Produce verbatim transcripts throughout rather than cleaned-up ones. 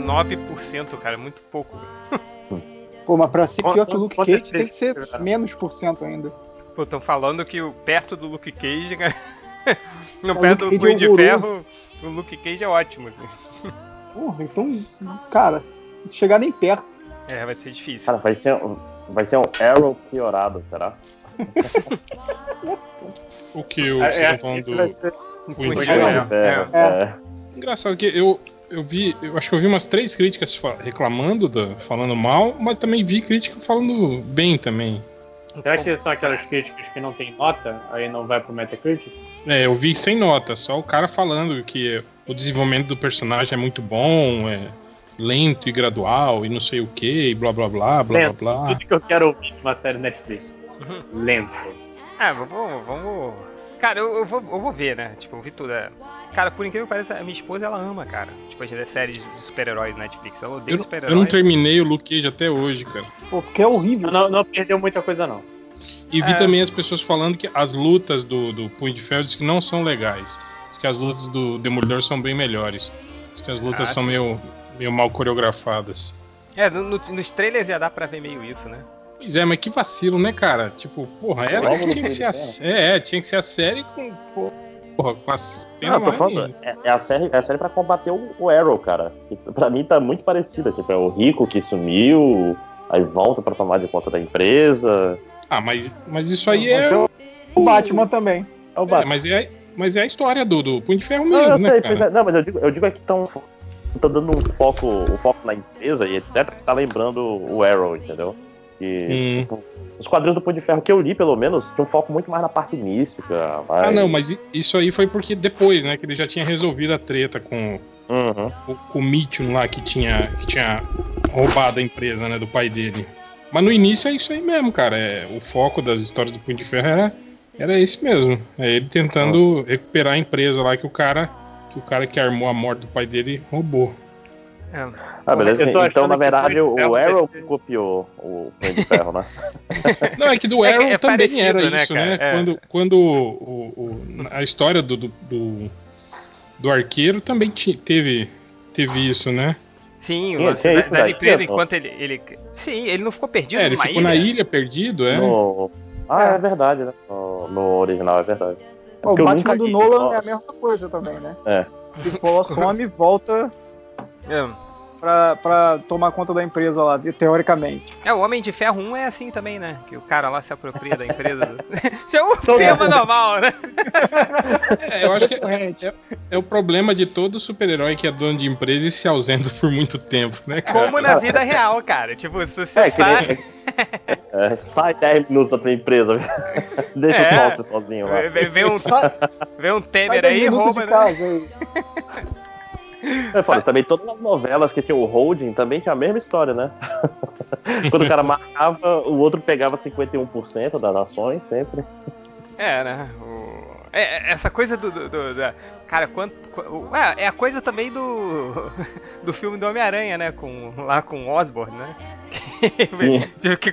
nove por cento, cara, é muito pouco. Pô, mas pra ser pior que o Luke Quanto Cage é tem que ser que- menos por cento ainda. Pô, estão falando que o- perto do Luke Cage, né? Não, O perto Luke do Cage é Punho de horroroso. Ferro, o Luke Cage é ótimo. Assim. Porra, então, cara, se chegar nem perto. É, vai ser difícil. Cara, vai ser, um, vai ser um Arrow piorado, será? O que o É, você é, tá falando esse vai do ser O Punho de Punho de Ferro? Punho de Ferro. É. É. Engraçado que eu, eu vi, eu acho que eu vi umas três críticas fa- reclamando, da, falando mal, mas também vi crítica falando bem também. Será que são aquelas críticas que não tem nota, aí não vai pro Metacritic? É, eu vi sem nota, só o cara falando que o desenvolvimento do personagem é muito bom, é lento e gradual e não sei o que, e blá blá blá, blá Lento. blá blá. Tudo que eu quero ouvir de uma série Netflix. Uhum. Lento. Ah, vamos, vamos. Cara, eu, eu, vou, eu vou ver, né? Tipo, eu vi tudo. é. Cara, por incrível que pareça, a minha esposa ela ama, cara. Tipo, as séries de super-heróis na Netflix. Ela odeia Eu, eu super-herói. não terminei o Luke Cage até hoje, cara. Pô, porque é horrível. Não, não perdeu muita coisa, não. E vi É. também as pessoas falando que as lutas do, do Punho de Ferro diz que não são legais. Diz que as lutas do Demolidor são bem melhores. Diz que as lutas Ah, são sim. meio, meio mal coreografadas. É, no- no- nos trailers já dá pra ver meio isso, né? Pois é, mas que vacilo, né, cara? Tipo, porra, essa Logo no tinha que Punho ser a, de Ferro. é, é, tinha que ser a série com, porra, com a cena Não, eu tô mais... falando, é, é a série, é a série pra combater o, o Arrow, cara. E pra mim tá muito parecida. Tipo, é o rico que sumiu, aí volta pra tomar de conta da empresa. Ah, mas, mas isso aí Mas é, tem o Batman também. É o é, Batman. mas é, mas é a história do, do Punho de Ferro Não, mesmo, eu né, sei, cara? pois é. Não, mas eu digo, eu digo é que estão dando um foco, um foco na empresa e etcétera, que tá lembrando o Arrow, entendeu? E, Hum. tipo, os quadrinhos do Punho de Ferro que eu li, pelo menos, tinha um foco muito mais na parte mística. Ah, mais- não, mas i- isso aí foi porque depois, né, que ele já tinha resolvido a treta com Uhum. o, com o Mitchum lá, que tinha, que tinha roubado a empresa, né, do pai dele. Mas no início é isso aí mesmo, cara. É, o foco das histórias do Punho de Ferro era, era esse mesmo. É ele tentando recuperar a empresa lá que o cara que o cara que armou a morte do pai dele roubou. É. Ah, beleza. Eu tô Então, achando na que verdade, o Punho de o Ferro vai Arrow ser- que copiou o Punho de Ferro, né? Não, é que do É que Arrow é também parecido, era né, isso, cara? né? É. Quando, quando o, o- a história do, do, do, do arqueiro também ti- teve, teve isso, né? Sim, o Tinha- lance tinha da- isso das daí, empresas, não? enquanto ele, ele. Sim, ele não ficou perdido É, ele numa ficou ilha? na ilha perdido, é. No... Ah, É. é verdade, né? No, no original, é verdade. É Ó, o porque eu Batman nunca do li, Nolan só- é a mesma coisa também, né? É. Ele falou, some e volta É. pra, pra tomar conta da empresa lá, teoricamente. É, o Homem de Ferro um é assim também, né? Que o cara lá se apropria da empresa. do- Isso é o Todo tema mundo. normal, né? É, eu acho que é, Recorrente. é- é o problema de todo super-herói que é dono de empresa e se ausenta por muito tempo, né, cara? Como na vida real, cara. Tipo, se você É, que nem- sai. É, sai dez minutos da tua empresa. Deixa É. o sócio sozinho lá. Vem, vem um, Sai, vem um sai Temer dez aí e minutos rouba, de né? casa aí. É, foda, também todas as novelas que tinha o holding também tinha a mesma história, né? Quando o cara marcava, o outro pegava cinquenta e um por cento das ações, sempre. É, né? O- é, é, essa coisa do. do- do- da- Cara, quanto. qu- É, é a coisa também do. Do filme do Homem-Aranha, né? Com, lá com o Osborn, né? Sim. Tipo, que.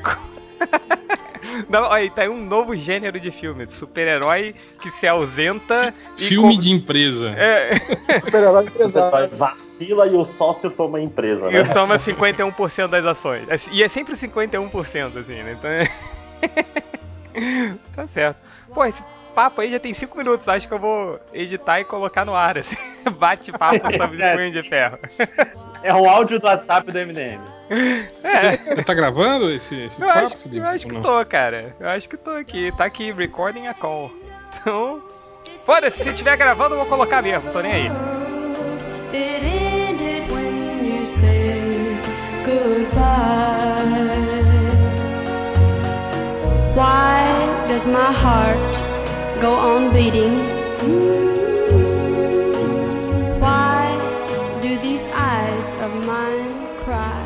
Não, olha, aí tá aí um novo gênero de filme. Super-herói que se ausenta e. Filme com- de empresa. É, Super-herói Você vai, empresário. vacila e o sócio toma a empresa, né? e toma cinquenta e um por cento das ações. E é sempre cinquenta e um por cento, assim, né? Então é. Tá certo. Pô, esse papo aí já tem cinco minutos. Acho que eu vou editar e colocar no ar, assim. Bate-papo sobre o Punho de Ferro. É um áudio do WhatsApp do M D M. É. Você tá gravando esse, esse Eu papo, acho, Felipe? eu acho ou que não? tô, cara. Eu acho que tô aqui. Tá aqui, recording a call. Então. Foda-se, se estiver gravando, eu vou colocar mesmo, tô nem aí. It ended when you said goodbye. Why does my heart go on beating? Why do these eyes of mine cry?